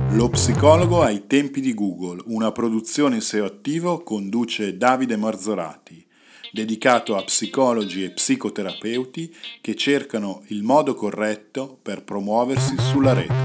Lo psicologo ai tempi di Google, una produzione SEO attivo conduce Davide Marzorati, dedicato a psicologi e psicoterapeuti che cercano il modo corretto per promuoversi sulla rete.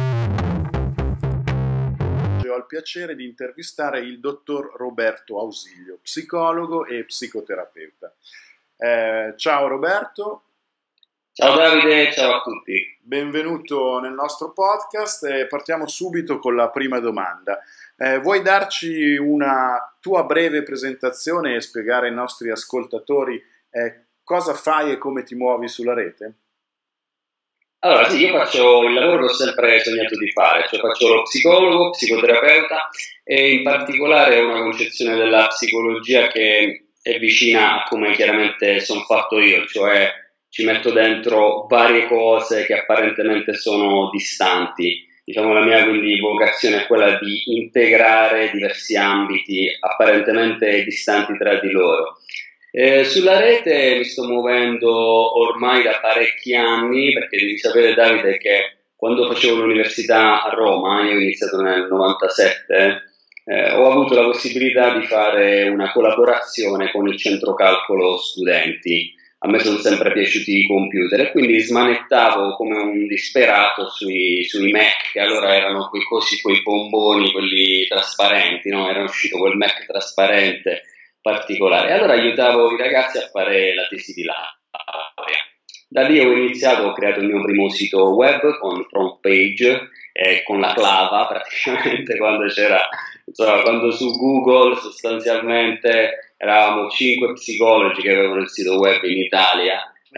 Ho il piacere di intervistare il dottor Roberto Ausilio, psicologo e psicoterapeuta. Ciao Roberto. Ciao Davide, ciao a tutti. Benvenuto nel nostro podcast e partiamo subito con la prima domanda. Vuoi darci una tua breve presentazione e spiegare ai nostri ascoltatori cosa fai e come ti muovi sulla rete? Allora sì, io faccio il lavoro che ho sempre sognato di fare, cioè faccio lo psicologo, psicoterapeuta e in particolare ho una concezione della psicologia che è vicina a come chiaramente sono fatto io, cioè ci metto dentro varie cose che apparentemente sono distanti. Diciamo la mia quindi vocazione è quella di integrare diversi ambiti apparentemente distanti tra di loro. Sulla rete mi sto muovendo ormai da parecchi anni, perché devi sapere Davide che quando facevo l'università a Roma, io ho iniziato nel 97, ho avuto la possibilità di fare una collaborazione con il centro calcolo studenti. A me sono sempre piaciuti i computer e quindi smanettavo come un disperato sui Mac, che allora erano quei cosi, quei bomboni, quelli trasparenti, no? Era uscito quel Mac trasparente particolare. Allora aiutavo i ragazzi a fare la tesi di laurea. Da lì ho iniziato, ho creato il mio primo sito web con front page, con la clava praticamente, quando su Google sostanzialmente eravamo 5 psicologi che avevano il sito web in Italia.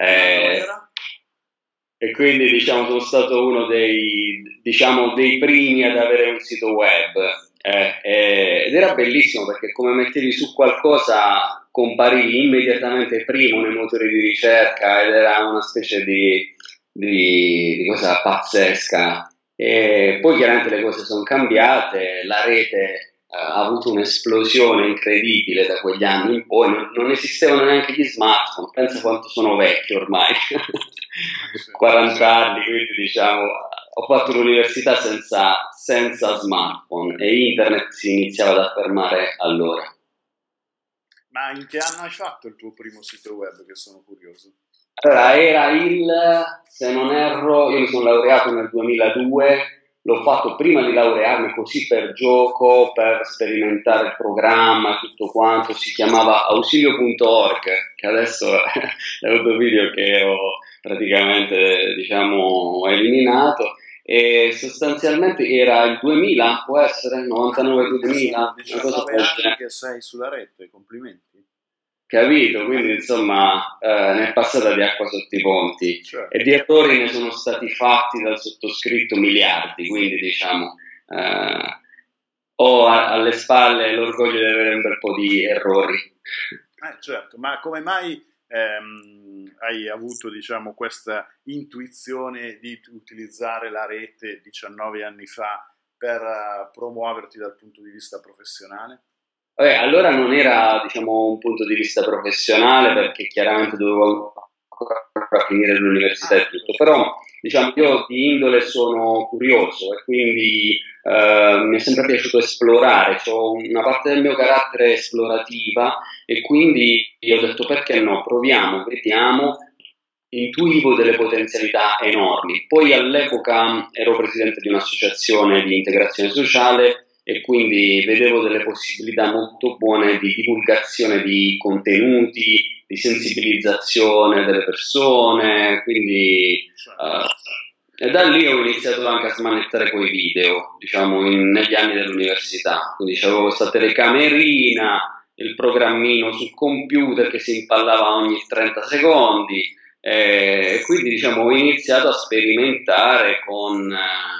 E quindi diciamo sono stato uno dei primi ad avere un sito web. Ed era bellissimo perché come mettevi su qualcosa comparivi immediatamente primo nei motori di ricerca ed era una specie di cosa pazzesca. E poi chiaramente le cose sono cambiate, la rete ha avuto un'esplosione incredibile da quegli anni in poi, non esistevano neanche gli smartphone, pensa quanto sono vecchio ormai, 40 anni, quindi diciamo ho fatto l'università senza smartphone e internet si iniziava ad affermare allora. Ma in che anno hai fatto il tuo primo sito web, che sono curioso? Allora, se non erro, io mi sono laureato nel 2002, l'ho fatto prima di laurearmi così per gioco, per sperimentare il programma, tutto quanto, si chiamava ausilio.org, che adesso è un video che ho praticamente, diciamo, eliminato. E sostanzialmente era il 2000, può essere? 99-2000? 19 anni che sei sulla rete, complimenti. Capito? Quindi insomma ne è passata di acqua sotto i ponti, certo. E di errori ne sono stati fatti dal sottoscritto miliardi, quindi diciamo ho alle spalle l'orgoglio di avere un bel po' di errori. Certo, ma come mai hai avuto, diciamo, questa intuizione di utilizzare la rete 19 anni fa per promuoverti dal punto di vista professionale? Allora non era, diciamo, un punto di vista professionale perché chiaramente dovevo ancora finire l'università e tutto, però diciamo io di indole sono curioso e quindi mi è sempre piaciuto esplorare, ho una parte del mio carattere esplorativa e quindi io ho detto perché no, proviamo, vediamo. Intuivo delle potenzialità enormi. Poi all'epoca ero presidente di un'associazione di integrazione sociale e quindi vedevo delle possibilità molto buone di divulgazione di contenuti, di sensibilizzazione delle persone, quindi e da lì ho iniziato anche a smanettare coi video, diciamo negli anni dell'università, quindi avevo questa telecamerina, il programmino sul computer che si impallava ogni 30 secondi e quindi diciamo ho iniziato a sperimentare con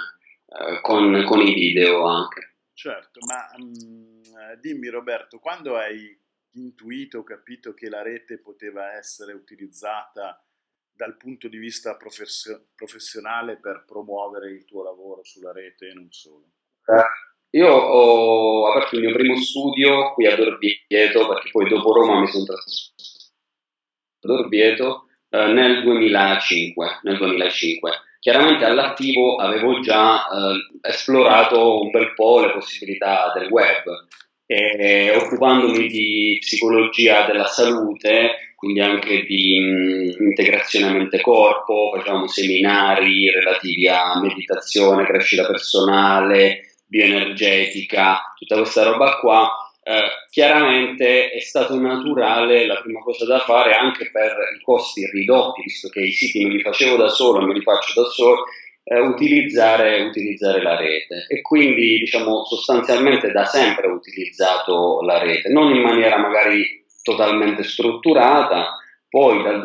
i video anche. Certo, ma dimmi Roberto, quando hai intuito, capito che la rete poteva essere utilizzata dal punto di vista professionale per promuovere il tuo lavoro sulla rete e non solo? Io ho aperto il mio primo studio qui ad Orvieto, perché poi dopo Roma mi sono trasferito ad Orvieto nel 2005. chiaramente all'attivo avevo già esplorato un bel po' le possibilità del web, e occupandomi di psicologia della salute, quindi anche di integrazione mente-corpo, facevamo seminari relativi a meditazione, crescita personale, bioenergetica, tutta questa roba qua. Chiaramente è stato naturale la prima cosa da fare, anche per i costi ridotti, visto che i siti me li facevo da solo e me li faccio da solo, utilizzare la rete. E quindi, diciamo, sostanzialmente da sempre ho utilizzato la rete, non in maniera magari totalmente strutturata. Poi dal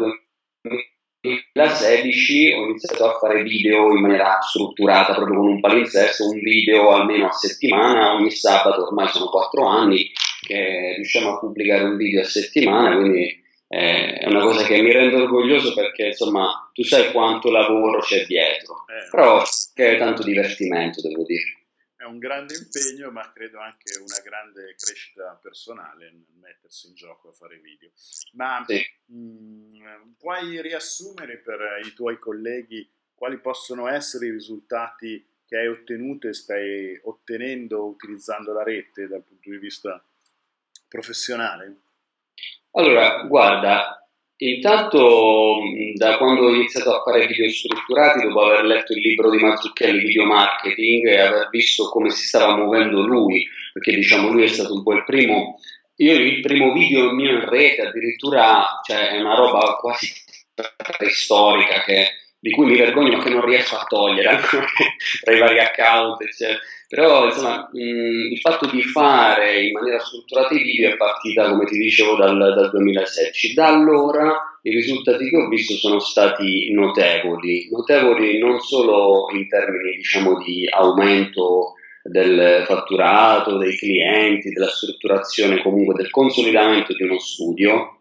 2016 ho iniziato a fare video in maniera strutturata, proprio con un palinsesto, un video almeno a settimana, ogni sabato. Ormai sono 4 anni che riusciamo a pubblicare un video a settimana, quindi è una cosa che mi rende orgoglioso, perché insomma tu sai quanto lavoro c'è dietro, però che è tanto divertimento, devo dire. È un grande impegno, ma credo anche una grande crescita personale nel mettersi in gioco a fare video. Ma Sì. Puoi riassumere per i tuoi colleghi quali possono essere i risultati che hai ottenuto e stai ottenendo utilizzando la rete dal punto di vista professionale? Allora, guarda, intanto da quando ho iniziato a fare video strutturati, dopo aver letto il libro di Mazzucchelli, Video Marketing, e aver visto come si stava muovendo lui, perché diciamo lui è stato un po' il primo video mio in rete, addirittura, cioè, è una roba quasi preistorica di cui mi vergogno, ma che non riesco a togliere ancora tra i vari account, eccetera. Però insomma il fatto di fare in maniera strutturata i video è partita, come ti dicevo, dal 2016. Da allora i risultati che ho visto sono stati notevoli non solo in termini, diciamo, di aumento del fatturato, dei clienti, della strutturazione, comunque del consolidamento di uno studio.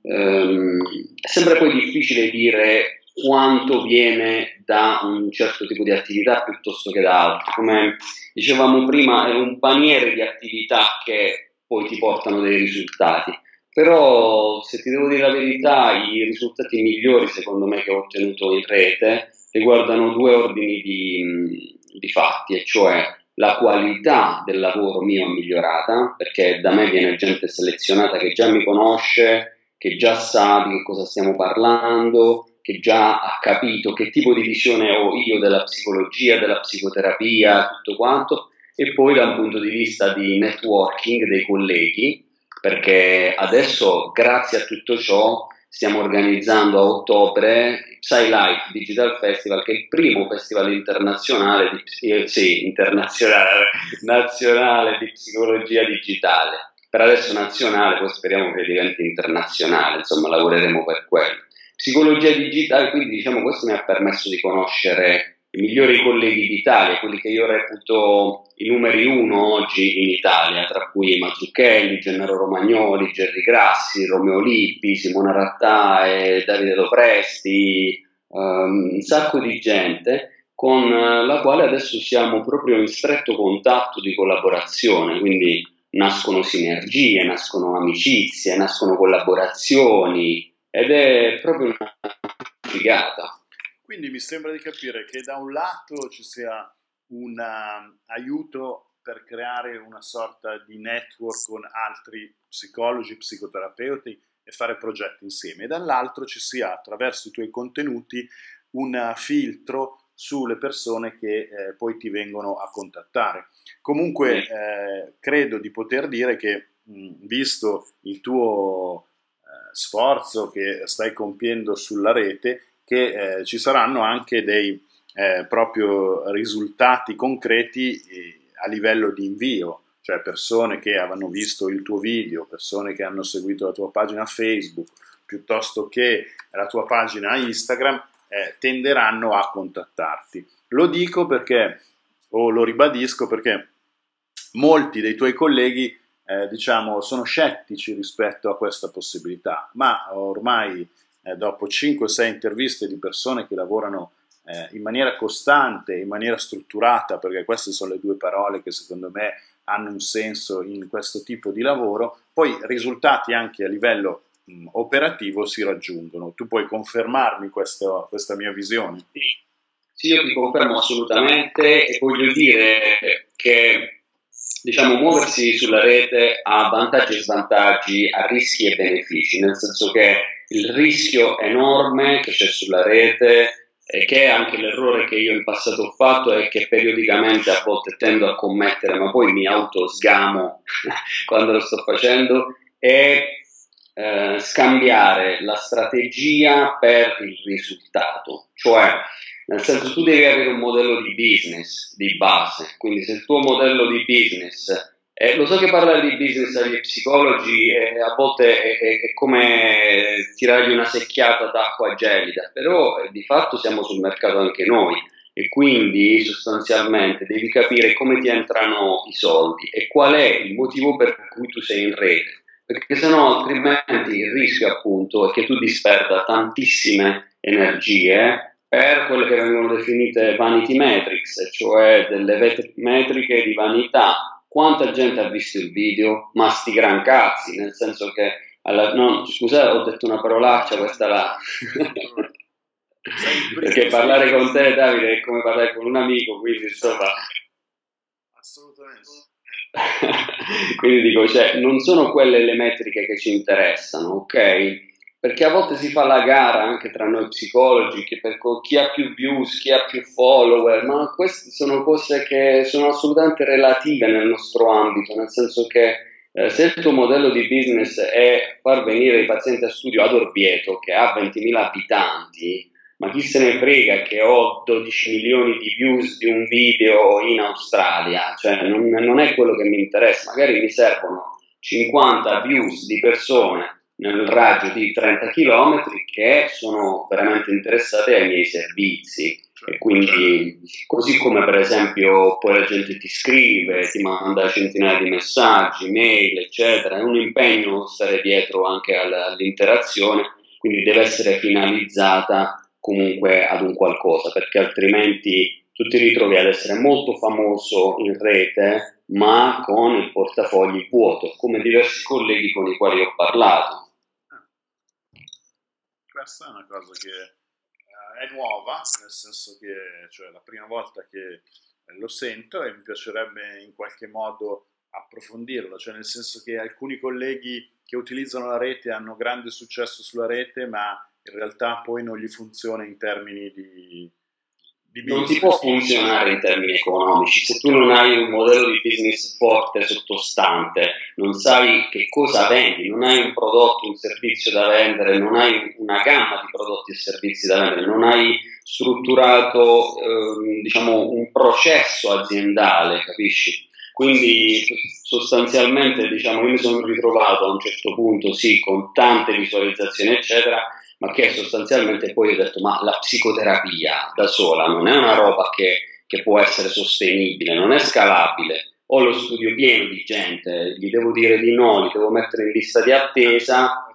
È sempre poi difficile dire quanto viene da un certo tipo di attività piuttosto che da altro. Come dicevamo prima, è un paniere di attività che poi ti portano dei risultati. Però, se ti devo dire la verità, i risultati migliori, secondo me, che ho ottenuto in rete riguardano 2 ordini di fatti, e cioè la qualità del lavoro mio è migliorata, perché da me viene gente selezionata che già mi conosce, che già sa di che cosa stiamo parlando, che già ha capito che tipo di visione ho io della psicologia, della psicoterapia, tutto quanto. E poi da un punto di vista di networking dei colleghi, perché adesso, grazie a tutto ciò, stiamo organizzando a ottobre PsyLife Digital Festival, che è il primo festival internazionale nazionale di psicologia digitale. Per adesso nazionale, poi speriamo che diventi internazionale, insomma lavoreremo per quello. Psicologia digitale, quindi diciamo questo mi ha permesso di conoscere i migliori colleghi d'Italia, quelli che io reputo i numeri 1 oggi in Italia, tra cui Mazzucchelli, Gennaro Romagnoli, Gerry Grassi, Romeo Lippi, Simona Rattae, Davide Lopresti, un sacco di gente con la quale adesso siamo proprio in stretto contatto di collaborazione, quindi nascono sinergie, nascono amicizie, nascono collaborazioni, ed è proprio una figata. Quindi mi sembra di capire che da un lato ci sia un aiuto per creare una sorta di network con altri psicologi, psicoterapeuti e fare progetti insieme, e dall'altro ci sia, attraverso i tuoi contenuti, un filtro sulle persone che poi ti vengono a contattare. Comunque credo di poter dire che, visto il tuo sforzo che stai compiendo sulla rete, che ci saranno anche dei proprio risultati concreti a livello di invio, cioè persone che avevano visto il tuo video, persone che hanno seguito la tua pagina Facebook, piuttosto che la tua pagina Instagram, tenderanno a contattarti. Lo dico perché, o lo ribadisco perché molti dei tuoi colleghi diciamo sono scettici rispetto a questa possibilità, ma ormai dopo 5-6 interviste di persone che lavorano in maniera costante, in maniera strutturata, perché queste sono le 2 parole che secondo me hanno un senso in questo tipo di lavoro, poi risultati anche a livello operativo si raggiungono. Tu puoi confermarmi questa mia visione? Sì, io ti confermo assolutamente e voglio dire che diciamo muoversi sulla rete ha vantaggi e svantaggi, ha rischi e benefici, nel senso che il rischio enorme che c'è sulla rete e che è anche l'errore che io in passato ho fatto e che periodicamente a volte tendo a commettere, ma poi mi autosgamo quando lo sto facendo, è scambiare la strategia per il risultato, cioè nel senso tu devi avere un modello di business di base, quindi se il tuo modello di business, lo so che parlare di business agli psicologi a volte è come tirargli una secchiata d'acqua gelida, però di fatto siamo sul mercato anche noi e quindi sostanzialmente devi capire come ti entrano i soldi e qual è il motivo per cui tu sei in rete. Perché sennò altrimenti il rischio appunto è che tu disperda tantissime energie per quelle che vengono definite vanity metrics, cioè delle metriche di vanità. Quanta gente ha visto il video? Ma sti gran cazzi, nel senso che no, scusate, ho detto una parolaccia, questa la perché parlare con te, Davide, è come parlare con un amico, quindi insomma assolutamente. Quindi dico, cioè, non sono quelle le metriche che ci interessano, ok? Perché a volte si fa la gara anche tra noi psicologi, che per chi ha più views, chi ha più follower, ma queste sono cose che sono assolutamente relative nel nostro ambito, nel senso che se il tuo modello di business è far venire i pazienti a studio ad Orvieto, che ha 20.000 abitanti, ma chi se ne frega che ho 12 milioni di views di un video in Australia, cioè non è quello che mi interessa, magari mi servono 50 views di persone nel raggio di 30 km che sono veramente interessate ai miei servizi e quindi così come per esempio poi la gente ti scrive, ti manda centinaia di messaggi, mail eccetera, è un impegno stare dietro anche all'interazione, quindi deve essere finalizzata comunque ad un qualcosa, perché altrimenti tu ti ritrovi ad essere molto famoso in rete ma con il portafogli vuoto, come diversi colleghi con i quali ho parlato. Questa è una cosa che è nuova, nel senso che cioè, la prima volta che lo sento e mi piacerebbe in qualche modo approfondirlo, cioè nel senso che alcuni colleghi che utilizzano la rete hanno grande successo sulla rete, ma in realtà poi non gli funziona in termini di Non ti business. può funzionare in termini economici se tu non hai un modello di business forte sottostante, non sai che cosa vendi, non hai un prodotto, un servizio da vendere, non hai una gamma di prodotti e servizi da vendere, non hai strutturato diciamo un processo aziendale, capisci? Quindi sostanzialmente diciamo io mi sono ritrovato a un certo punto sì con tante visualizzazioni eccetera, ma che sostanzialmente poi ho detto ma la psicoterapia da sola non è una roba che può essere sostenibile, non è scalabile, ho lo studio pieno di gente, gli devo dire di no, li devo mettere in lista di attesa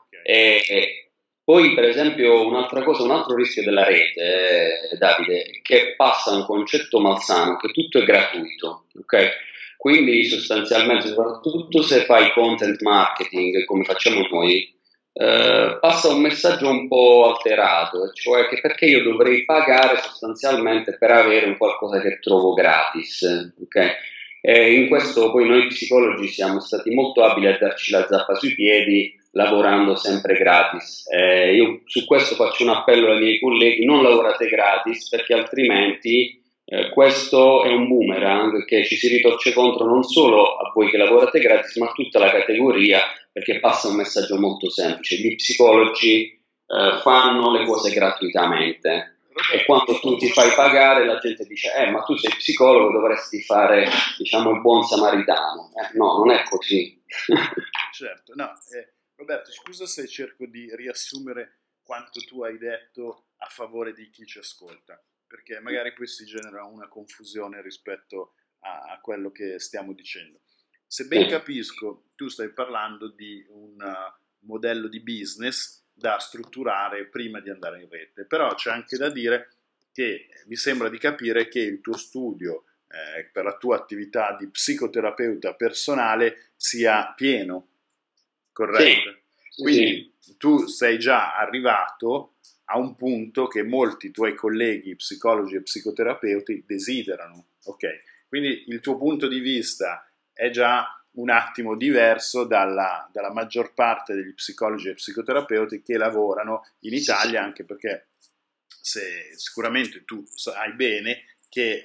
e poi per esempio un'altra cosa, un altro rischio della rete, Davide, è che passa un concetto malsano che tutto è gratuito, ok? Quindi sostanzialmente, soprattutto se fai content marketing come facciamo noi, passa un messaggio un po' alterato, cioè che perché io dovrei pagare sostanzialmente per avere un qualcosa che trovo gratis, ok? E in questo poi noi psicologi siamo stati molto abili a darci la zappa sui piedi lavorando sempre gratis. Io su questo faccio un appello ai miei colleghi, non lavorate gratis perché altrimenti questo è un boomerang che ci si ritorce contro non solo a voi che lavorate gratis ma a tutta la categoria, perché passa un messaggio molto semplice: gli psicologi fanno le cose gratuitamente e quando tu ti fai pagare la gente dice ma tu sei psicologo, dovresti fare diciamo il buon samaritano. No, non è così. Certo, no, Roberto, scusa se cerco di riassumere quanto tu hai detto a favore di chi ci ascolta, perché magari poi si genera una confusione rispetto a quello che stiamo dicendo. Se ben capisco, tu stai parlando di un modello di business da strutturare prima di andare in rete, però c'è anche da dire che mi sembra di capire che il tuo studio per la tua attività di psicoterapeuta personale sia pieno, corretto? Quindi tu sei già arrivato a un punto che molti tuoi colleghi psicologi e psicoterapeuti desiderano, ok? Quindi il tuo punto di vista è già un attimo diverso dalla maggior parte degli psicologi e psicoterapeuti che lavorano in Italia, anche perché sicuramente tu sai bene che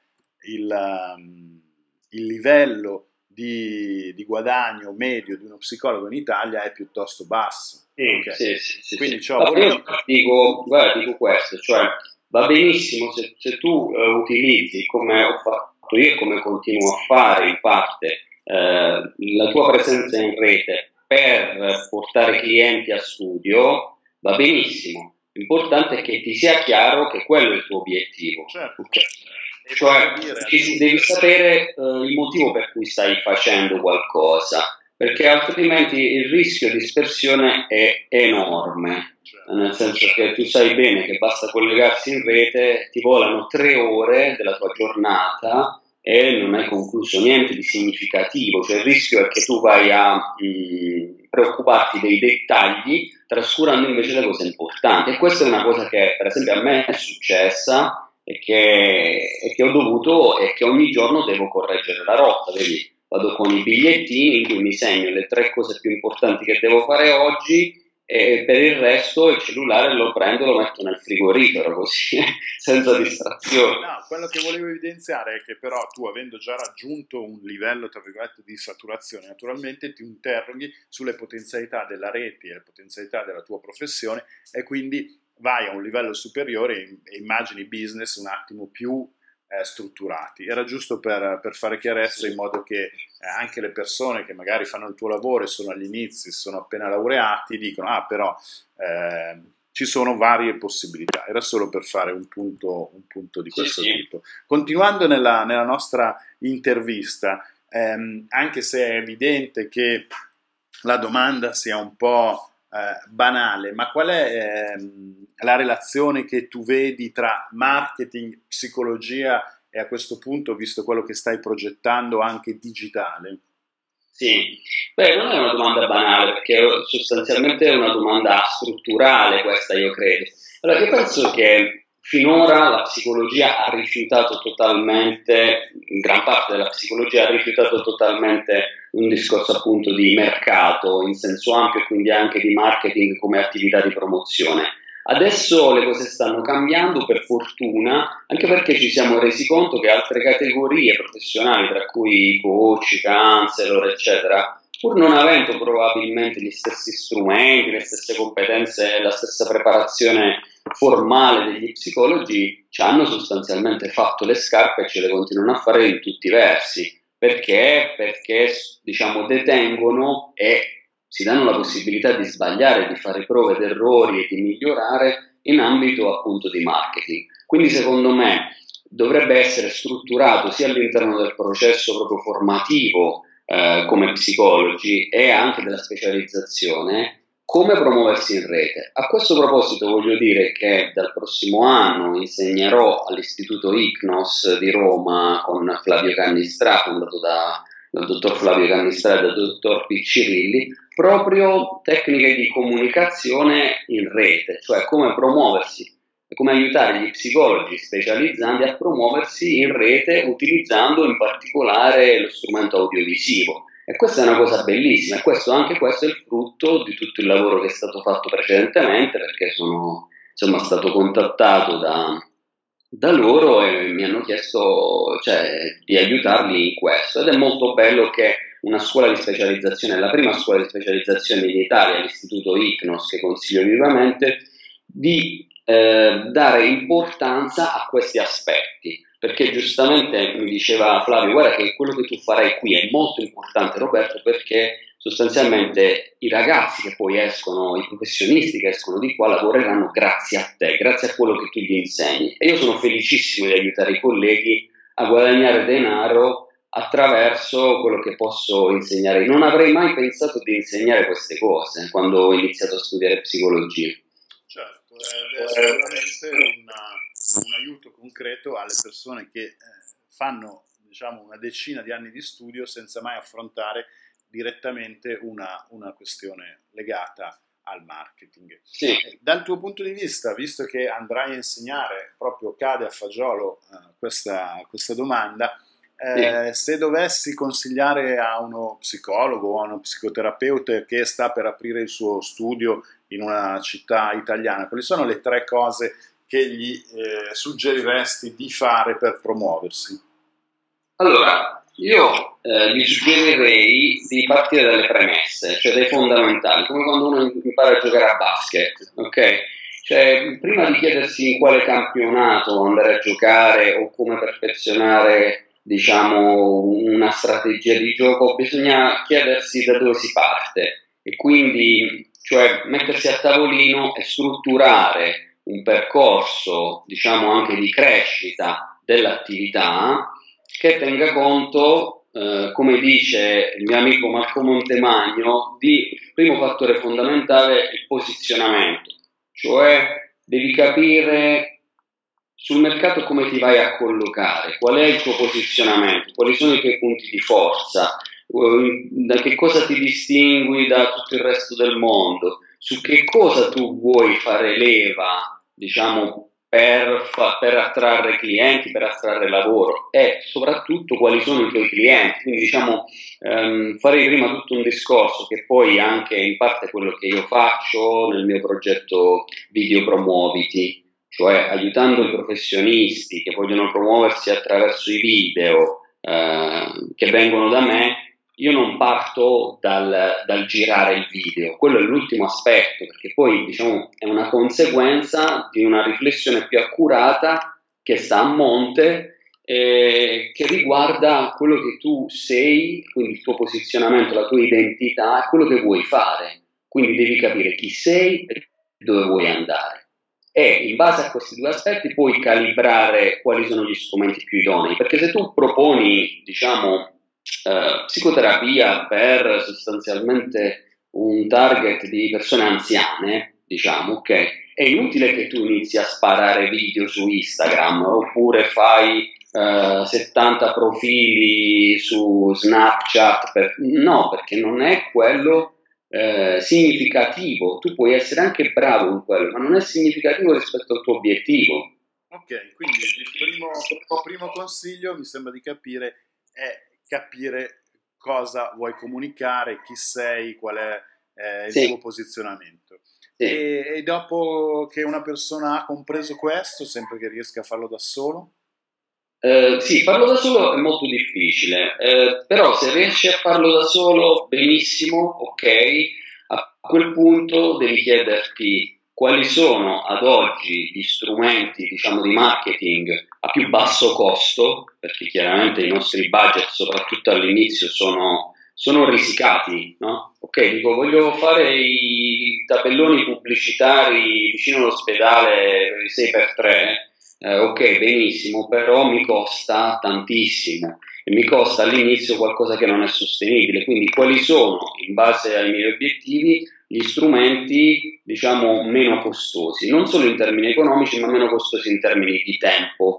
il livello di guadagno medio di uno psicologo in Italia è piuttosto basso. Okay. Sì. Quindi Io dico questo, cioè va benissimo se tu utilizzi, come ho fatto io e come continuo a fare in parte, la tua presenza in rete per portare clienti a studio, va benissimo. L'importante è che ti sia chiaro che quello è il tuo obiettivo. Certo. Okay? Cioè devi sapere il motivo per cui stai facendo qualcosa, perché altrimenti il rischio di dispersione è enorme, nel senso che tu sai bene che basta collegarsi in rete, ti volano 3 ore della tua giornata e non hai concluso niente di significativo, cioè il rischio è che tu vai a preoccuparti dei dettagli trascurando invece le cose importanti, e questa è una cosa che per esempio a me è successa e che ho dovuto, e che ogni giorno devo correggere la rotta, vedi? Vado con i bigliettini in cui mi segno le 3 cose più importanti che devo fare oggi, e per il resto il cellulare lo prendo e lo metto nel frigorifero, così senza distrazioni. No, quello che volevo evidenziare è che però tu, avendo già raggiunto un livello, tra virgolette, di saturazione, naturalmente ti interroghi sulle potenzialità della rete e le potenzialità della tua professione, e quindi vai a un livello superiore e immagini business un attimo più strutturati. Era giusto per fare chiarezza, in modo che anche le persone che magari fanno il tuo lavoro e sono agli inizi, sono appena laureati, dicono: però ci sono varie possibilità. Era solo per fare un punto di questo tipo. Continuando nella nostra intervista, anche se è evidente che la domanda sia un po' banale, ma qual è la relazione che tu vedi tra marketing, psicologia e, a questo punto, visto quello che stai progettando, anche digitale? Sì, non è una domanda banale, perché sostanzialmente è una domanda strutturale questa, io credo. Allora, io penso che finora la psicologia ha rifiutato totalmente, in gran parte della psicologia ha rifiutato totalmente un discorso appunto di mercato in senso ampio, e quindi anche di marketing come attività di promozione. Adesso le cose stanno cambiando, per fortuna, anche perché ci siamo resi conto che altre categorie professionali, tra cui coach, counselor, eccetera, pur non avendo probabilmente gli stessi strumenti, le stesse competenze, la stessa preparazione formale degli psicologi, ci hanno sostanzialmente fatto le scarpe e ce le continuano a fare in tutti i versi. Perché? Perché diciamo detengono e si danno la possibilità di sbagliare, di fare prove ed errori e di migliorare in ambito appunto di marketing. Quindi secondo me dovrebbe essere strutturato sia all'interno del processo proprio formativo come psicologi, e anche della specializzazione, come promuoversi in rete. A questo proposito voglio dire che dal prossimo anno insegnerò all'Istituto ICNOS di Roma con Flavio Cannistra, fondato dal dottor Flavio Cannistra e dal dottor Piccirilli, proprio tecniche di comunicazione in rete, cioè come promuoversi, come aiutare gli psicologi specializzanti a promuoversi in rete utilizzando in particolare lo strumento audiovisivo. E questa è una cosa bellissima, e anche questo è il frutto di tutto il lavoro che è stato fatto precedentemente, perché sono stato contattato da loro e mi hanno chiesto, di aiutarli in questo, ed è molto bello che una scuola di specializzazione, la prima scuola di specializzazione in Italia, l'Istituto ICNOS, che consiglio vivamente, di dare importanza a questi aspetti, perché giustamente mi diceva Flavio: guarda che quello che tu farai qui è molto importante, Roberto, perché sostanzialmente i ragazzi che poi escono, i professionisti che escono di qua, lavoreranno grazie a te, grazie a quello che tu gli insegni, e io sono felicissimo di aiutare i colleghi a guadagnare denaro attraverso quello che posso insegnare. Non avrei mai pensato di insegnare queste cose quando ho iniziato a studiare psicologia. Certo, ed è sicuramente un aiuto concreto alle persone che fanno, diciamo, una decina di anni di studio senza mai affrontare direttamente una questione legata al marketing. Sì. Dal tuo punto di vista, visto che andrai a insegnare, proprio cade a fagiolo questa domanda, Sì. se dovessi consigliare a uno psicologo o a uno psicoterapeuta che sta per aprire il suo studio in una città italiana, quali sono le 3 cose che gli suggeriresti di fare per promuoversi? Allora, io gli suggerirei di partire dalle premesse, cioè dai fondamentali, come quando uno impara a giocare a basket, ok? Cioè, prima di chiedersi in quale campionato andare a giocare o come perfezionare, diciamo, una strategia di gioco, bisogna chiedersi da dove si parte e quindi, cioè, mettersi a tavolino e strutturare un percorso, diciamo, anche di crescita dell'attività che tenga conto, come dice il mio amico Marco Montemagno, di primo fattore fondamentale il posizionamento, cioè devi capire sul mercato come ti vai a collocare, qual è il tuo posizionamento, quali sono i tuoi punti di forza, da che cosa ti distingui da tutto il resto del mondo, su che cosa tu vuoi fare leva, diciamo, per attrarre clienti, per attrarre lavoro e soprattutto quali sono i tuoi clienti. Quindi diciamo farei prima tutto un discorso che poi anche in parte quello che io faccio nel mio progetto Video Promuoviti, cioè aiutando i professionisti che vogliono promuoversi attraverso i video che vengono da me. Io non parto dal girare il video, quello è l'ultimo aspetto, perché poi diciamo è una conseguenza di una riflessione più accurata che sta a monte, che riguarda quello che tu sei, quindi il tuo posizionamento, la tua identità e quello che vuoi fare. Quindi devi capire chi sei e dove vuoi andare. E in base a questi 2 aspetti puoi calibrare quali sono gli strumenti più idonei, perché se tu proponi, diciamo, psicoterapia per sostanzialmente un target di persone anziane, diciamo, ok, è inutile che tu inizi a sparare video su Instagram oppure fai 70 profili su Snapchat, no, perché non è quello significativo. Tu puoi essere anche bravo in quello, ma non è significativo rispetto al tuo obiettivo. Ok, quindi il primo consiglio, mi sembra di capire, è capire cosa vuoi comunicare, chi sei, qual è il Sì, tuo posizionamento. sì. E dopo che una persona ha compreso questo, sempre che riesca a farlo da solo? Sì, farlo da solo è molto difficile, però se riesci a farlo da solo, benissimo, ok. A quel punto devi chiederti quali sono ad oggi gli strumenti, diciamo, di marketing a più basso costo, perché chiaramente i nostri budget, soprattutto all'inizio, sono risicati, no? Ok, dico, voglio fare i tabelloni pubblicitari vicino all'ospedale per i 6x3, ok, benissimo, però mi costa tantissimo e mi costa all'inizio qualcosa che non è sostenibile. Quindi quali sono, in base ai miei obiettivi, gli strumenti, diciamo, meno costosi, non solo in termini economici, ma meno costosi in termini di tempo,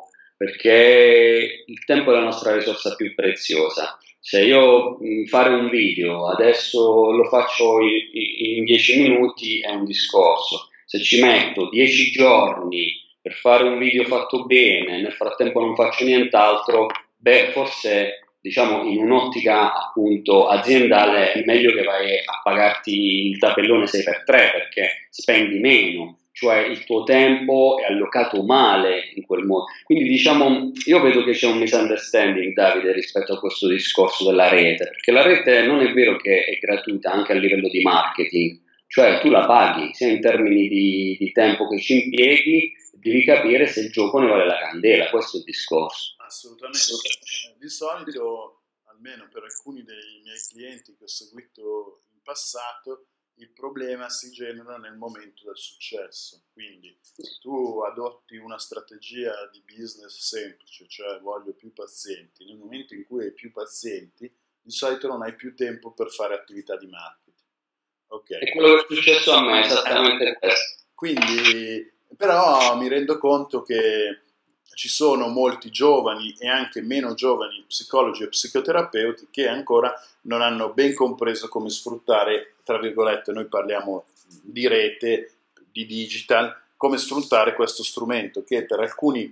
perché il tempo è la nostra risorsa più preziosa. Se io fare un video adesso lo faccio in 10 minuti è un discorso. Se ci metto 10 giorni per fare un video fatto bene, nel frattempo non faccio nient'altro, beh, forse diciamo in un'ottica appunto aziendale è meglio che vai a pagarti il tabellone 6x3 perché spendi meno, cioè il tuo tempo è allocato male in quel modo. Quindi diciamo, io vedo che c'è un misunderstanding, Davide, rispetto a questo discorso della rete, perché la rete non è vero che è gratuita anche a livello di marketing, cioè tu la paghi sia in termini di tempo che ci impieghi, devi capire se il gioco ne vale la candela, questo è il discorso. Assolutamente. Di solito, almeno per alcuni dei miei clienti che ho seguito in passato, il problema si genera nel momento del successo. Quindi tu adotti una strategia di business semplice, cioè voglio più pazienti. Nel momento in cui hai più pazienti, di solito non hai più tempo per fare attività di marketing. Ok. È quello che è successo a me, esattamente questo. Quindi, però mi rendo conto che ci sono molti giovani e anche meno giovani psicologi e psicoterapeuti che ancora non hanno ben compreso come sfruttare, tra virgolette, noi parliamo di rete, di digital, come sfruttare questo strumento che per alcuni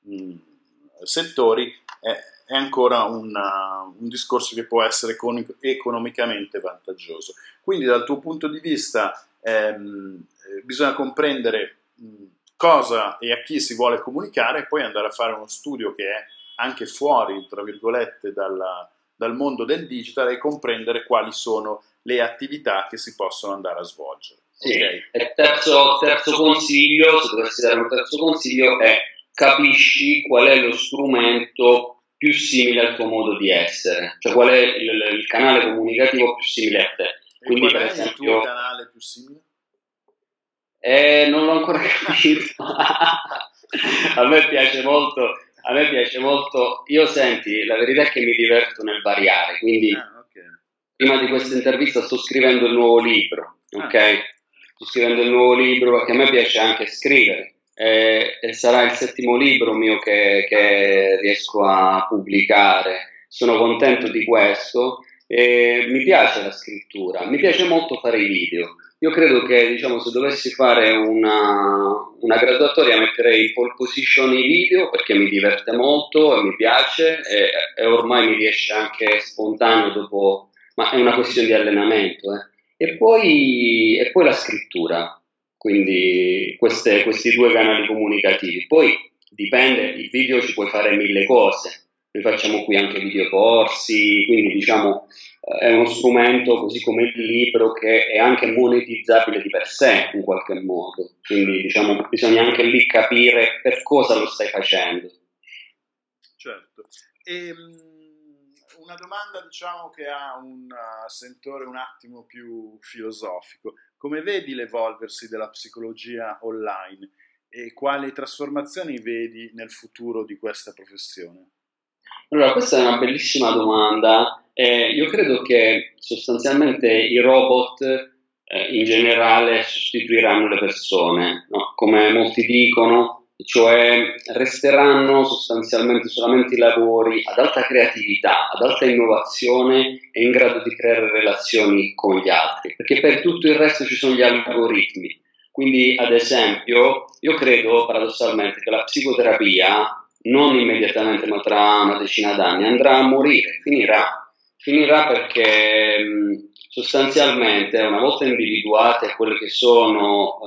settori è ancora un discorso che può essere economicamente vantaggioso. Quindi dal tuo punto di vista bisogna comprendere cosa e a chi si vuole comunicare e poi andare a fare uno studio che è anche fuori, tra virgolette, dal mondo del digital e comprendere quali sono le attività che si possono andare a svolgere. Sì. Okay. E terzo consiglio, se dovessi dare un terzo consiglio, è capisci qual è lo strumento più simile al tuo modo di essere, cioè qual è il canale comunicativo più simile a te. E quindi, qual è il tuo canale più simile? Non l'ho ancora capito. A me piace molto. Io senti, la verità è che mi diverto nel variare, quindi prima di questa intervista sto scrivendo il nuovo libro, ok? Sto scrivendo il nuovo libro perché a me piace anche scrivere e sarà il 7° libro mio che riesco a pubblicare. Sono contento di questo e mi piace la scrittura, mi piace molto fare i video. Io credo che, diciamo, se dovessi fare una graduatoria metterei in pole position i video perché mi diverte molto e mi piace e ormai mi riesce anche spontaneo dopo, ma è una questione di allenamento. E poi la scrittura, quindi questi 2 canali comunicativi. Poi dipende, il video ci puoi fare 1000 cose. Noi facciamo qui anche videocorsi, quindi diciamo è uno strumento così come il libro che è anche monetizzabile di per sé in qualche modo, quindi diciamo bisogna anche lì capire per cosa lo stai facendo. Certo. Una domanda diciamo che ha un sentore un attimo più filosofico. Come vedi l'evolversi della psicologia online e quali trasformazioni vedi nel futuro di questa professione? Allora, questa è una bellissima domanda. Io credo che sostanzialmente i robot in generale sostituiranno le persone, no? Come molti dicono, cioè resteranno sostanzialmente solamente i lavori ad alta creatività, ad alta innovazione e in grado di creare relazioni con gli altri, perché per tutto il resto ci sono gli algoritmi. Quindi, ad esempio, io credo paradossalmente che la psicoterapia non immediatamente, ma tra una decina d'anni, andrà a morire, finirà perché sostanzialmente una volta individuate quelle che sono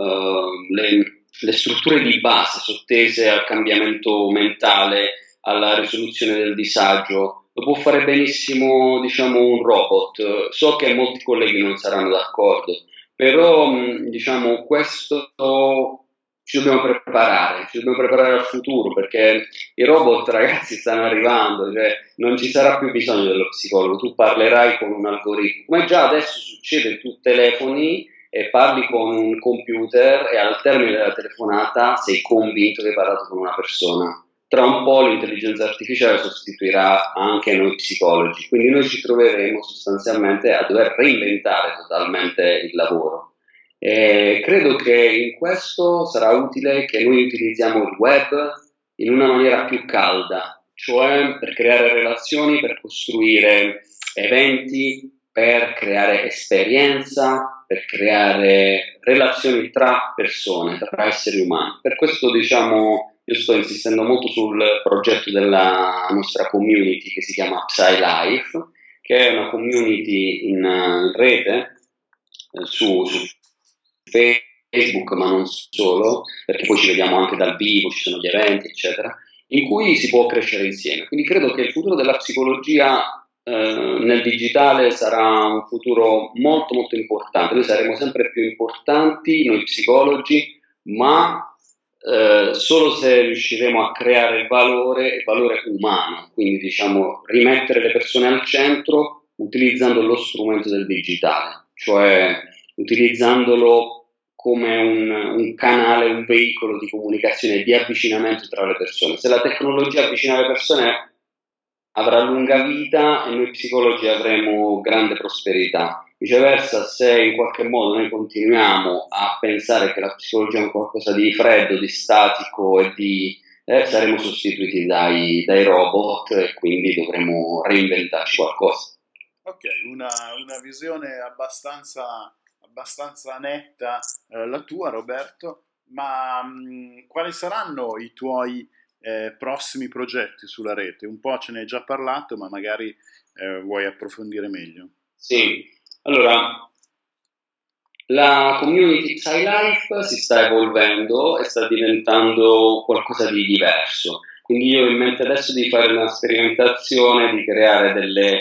le strutture di base sottese al cambiamento mentale, alla risoluzione del disagio, lo può fare benissimo, diciamo, un robot. So che molti colleghi non saranno d'accordo, però diciamo questo ci dobbiamo preparare al futuro, perché i robot, ragazzi, stanno arrivando, cioè non ci sarà più bisogno dello psicologo, tu parlerai con un algoritmo, come già adesso succede, tu telefoni e parli con un computer e al termine della telefonata sei convinto che hai parlato con una persona. Tra un po' l'intelligenza artificiale sostituirà anche noi psicologi, quindi noi ci troveremo sostanzialmente a dover reinventare totalmente il lavoro. Credo che in questo sarà utile che noi utilizziamo il web in una maniera più calda, cioè per creare relazioni, per costruire eventi, per creare esperienza, per creare relazioni tra persone, tra esseri umani. Per questo, diciamo, io sto insistendo molto sul progetto della nostra community che si chiama PsyLife, che è una community in rete su Facebook, ma non solo, perché poi ci vediamo anche dal vivo, ci sono gli eventi, eccetera, in cui si può crescere insieme. Quindi credo che il futuro della psicologia nel digitale sarà un futuro molto molto importante. Noi saremo sempre più importanti, noi psicologi, ma solo se riusciremo a creare il valore umano, quindi diciamo rimettere le persone al centro utilizzando lo strumento del digitale, cioè utilizzandolo come un canale, un veicolo di comunicazione, di avvicinamento tra le persone. Se la tecnologia avvicina le persone avrà lunga vita e noi psicologi avremo grande prosperità. Viceversa, se in qualche modo noi continuiamo a pensare che la psicologia è un qualcosa di freddo, di statico e di saremo sostituiti dai robot e quindi dovremo reinventarci qualcosa. Ok, una visione abbastanza netta, la tua, Roberto, ma quali saranno i tuoi prossimi progetti sulla rete? Un po' ce ne hai già parlato, ma magari vuoi approfondire meglio. Sì, allora la community PsyLife si sta evolvendo e sta diventando qualcosa di diverso. Quindi io ho in mente adesso di fare una sperimentazione, di creare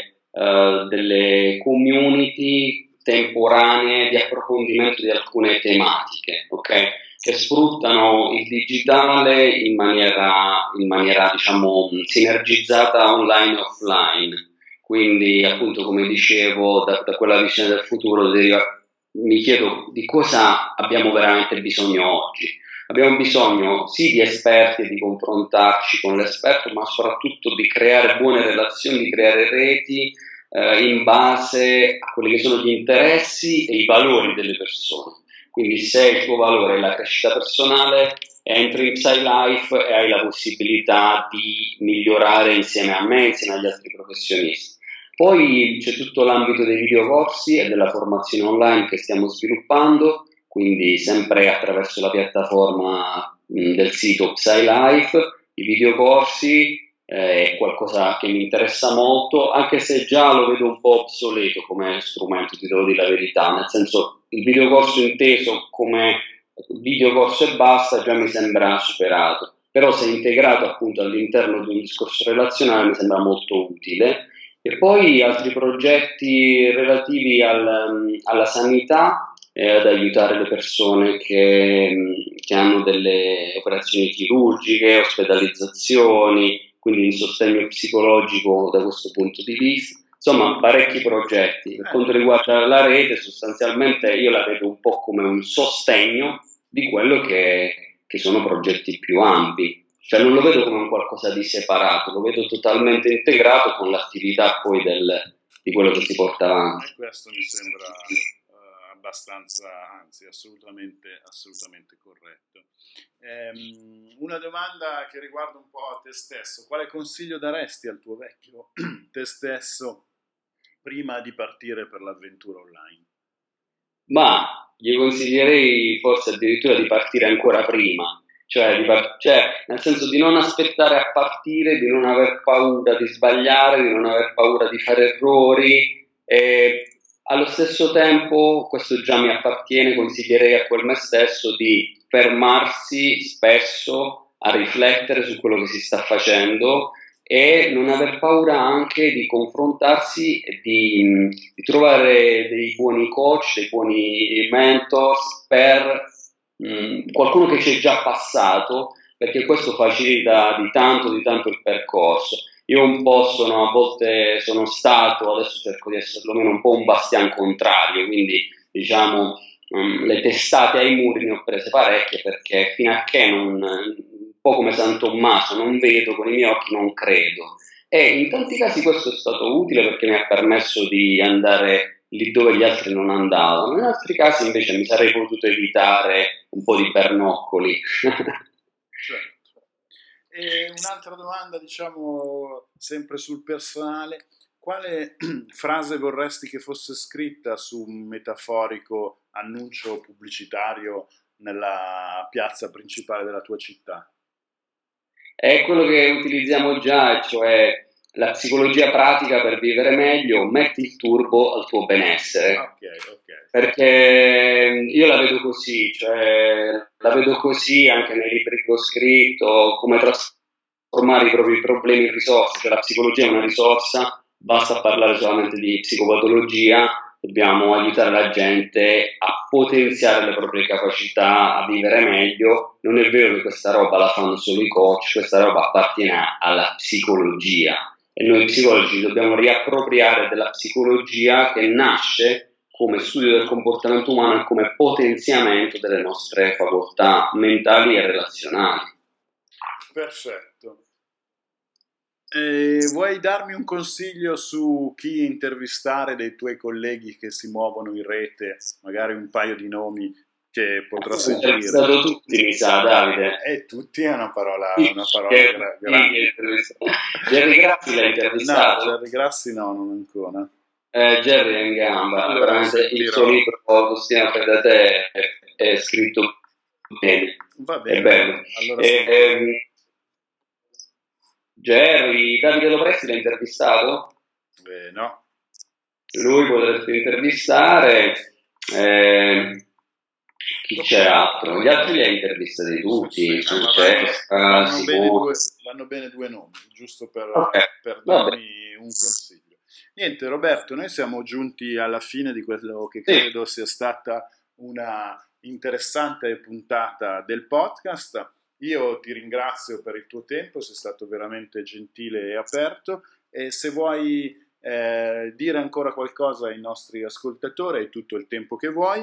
delle community temporanee di approfondimento di alcune tematiche, ok? Che sfruttano il digitale in maniera diciamo sinergizzata online e offline. Quindi, appunto, come dicevo, da quella visione del futuro mi chiedo di cosa abbiamo veramente bisogno oggi. Abbiamo bisogno sì di esperti e di confrontarci con l'esperto, ma soprattutto di creare buone relazioni, di creare reti in base a quelli che sono gli interessi e i valori delle persone. Quindi se il tuo valore è la crescita personale, entri in PsyLife e hai la possibilità di migliorare insieme a me, insieme agli altri professionisti. Poi c'è tutto l'ambito dei videocorsi e della formazione online che stiamo sviluppando, quindi sempre attraverso la piattaforma del sito PsyLife. I videocorsi è qualcosa che mi interessa molto, anche se già lo vedo un po' obsoleto come strumento, ti devo dire la verità, nel senso il videocorso inteso come videocorso e basta già mi sembra superato, però se integrato appunto all'interno di un discorso relazionale mi sembra molto utile. E poi altri progetti relativi alla sanità, ad aiutare le persone che hanno delle operazioni chirurgiche, ospedalizzazioni, quindi un sostegno psicologico da questo punto di vista. Insomma, parecchi progetti. Per quanto riguarda la rete, sostanzialmente io la vedo un po' come un sostegno di quello che sono progetti più ampi. Cioè non lo vedo come un qualcosa di separato, lo vedo totalmente integrato con l'attività poi di quello che si porta avanti. E questo mi sembra abbastanza, anzi assolutamente corretto. Una domanda che riguarda un po' te stesso: quale consiglio daresti al tuo vecchio te stesso prima di partire per l'avventura online? Ma gli consiglierei forse addirittura di partire ancora prima, cioè nel senso di non aspettare a partire, di non aver paura di sbagliare, di non aver paura di fare errori e allo stesso tempo, questo già mi appartiene, consiglierei a quel me stesso di fermarsi spesso a riflettere su quello che si sta facendo e non aver paura anche di confrontarsi e di trovare dei buoni coach, dei buoni mentors per qualcuno che ci è già passato, perché questo facilita di tanto il percorso. Io un po' a volte sono stato, adesso cerco di essere almeno un po' un bastian contrario, quindi diciamo le testate ai muri ne ho prese parecchie perché fino a che un po' come San Tommaso non vedo con i miei occhi non credo e in tanti casi questo è stato utile perché mi ha permesso di andare lì dove gli altri non andavano, in altri casi invece mi sarei potuto evitare un po' di pernoccoli. Certo. E un'altra domanda, diciamo, sempre sul personale: quale frase vorresti che fosse scritta su un metaforico annuncio pubblicitario nella piazza principale della tua città? È quello che utilizziamo già, cioè la psicologia pratica per vivere meglio, metti il turbo al tuo benessere. Ok. Perché io la vedo così, cioè la vedo così anche nei libri che ho scritto, come trasformare i propri problemi in risorse, cioè la psicologia è una risorsa, basta parlare solamente di psicopatologia, dobbiamo aiutare la gente a potenziare le proprie capacità, a vivere meglio. Non è vero che questa roba la fanno solo i coach, questa roba appartiene alla psicologia e noi psicologi dobbiamo riappropriare della psicologia che nasce come studio del comportamento umano e come potenziamento delle nostre facoltà mentali e relazionali. Perfetto. Vuoi darmi un consiglio su chi intervistare dei tuoi colleghi che si muovono in rete, magari un paio di nomi che potrò sentire. Intervistato tutti, mi sa, Davide. E tutti è una parola grande. Jerry Grassi l'ha intervistato? No, Jerry Grassi no, non ancora. Jerry è in gamba, veramente il suo libro Bustina da te è scritto bene. Va bene. È bello. Allora Jerry, Davide Lopresti l'ha intervistato? No. Lui potresti intervistare. Chi c'è altro? Gli altri li hai intervistati tutti. Vanno bene due nomi, giusto per darmi Vabbè. un consiglio. Niente, Roberto, noi siamo giunti alla fine di quello che credo sia stata una interessante puntata del podcast. Io ti ringrazio per il tuo tempo, sei stato veramente gentile e aperto, e se vuoi dire ancora qualcosa ai nostri ascoltatori, hai tutto il tempo che vuoi.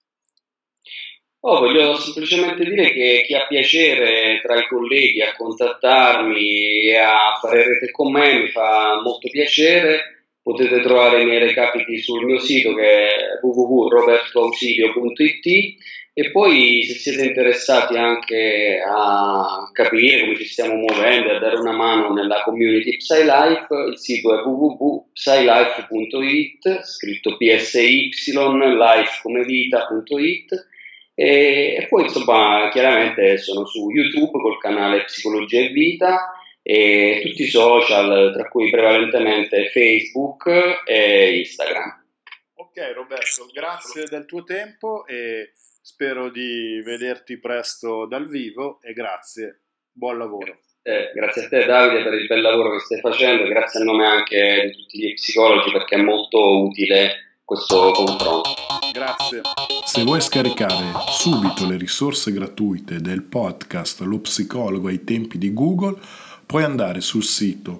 Voglio semplicemente dire che chi ha piacere tra i colleghi a contattarmi e a fare rete con me mi fa molto piacere. Potete trovare i miei recapiti sul mio sito, che è www.robertoausilio.it, e poi se siete interessati anche a capire come ci stiamo muovendo e a dare una mano nella community PsyLife, il sito è www.psylife.it, scritto PSY, life come vita.it. E poi insomma chiaramente sono su YouTube col canale Psicologia e Vita e tutti i social, tra cui prevalentemente Facebook e Instagram. Ok Roberto, grazie del tuo tempo e spero di vederti presto dal vivo e grazie, buon lavoro. Grazie a te Davide per il bel lavoro che stai facendo, grazie a nome anche di tutti gli psicologi perché è molto utile questo confronto. Grazie. Se vuoi scaricare subito le risorse gratuite del podcast Lo Psicologo ai tempi di Google, puoi andare sul sito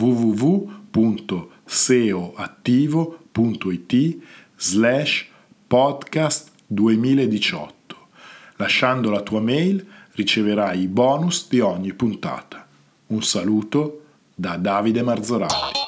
www.seoattivo.it/podcast 2018. Lasciando la tua mail riceverai i bonus di ogni puntata. Un saluto da Davide Marzorati.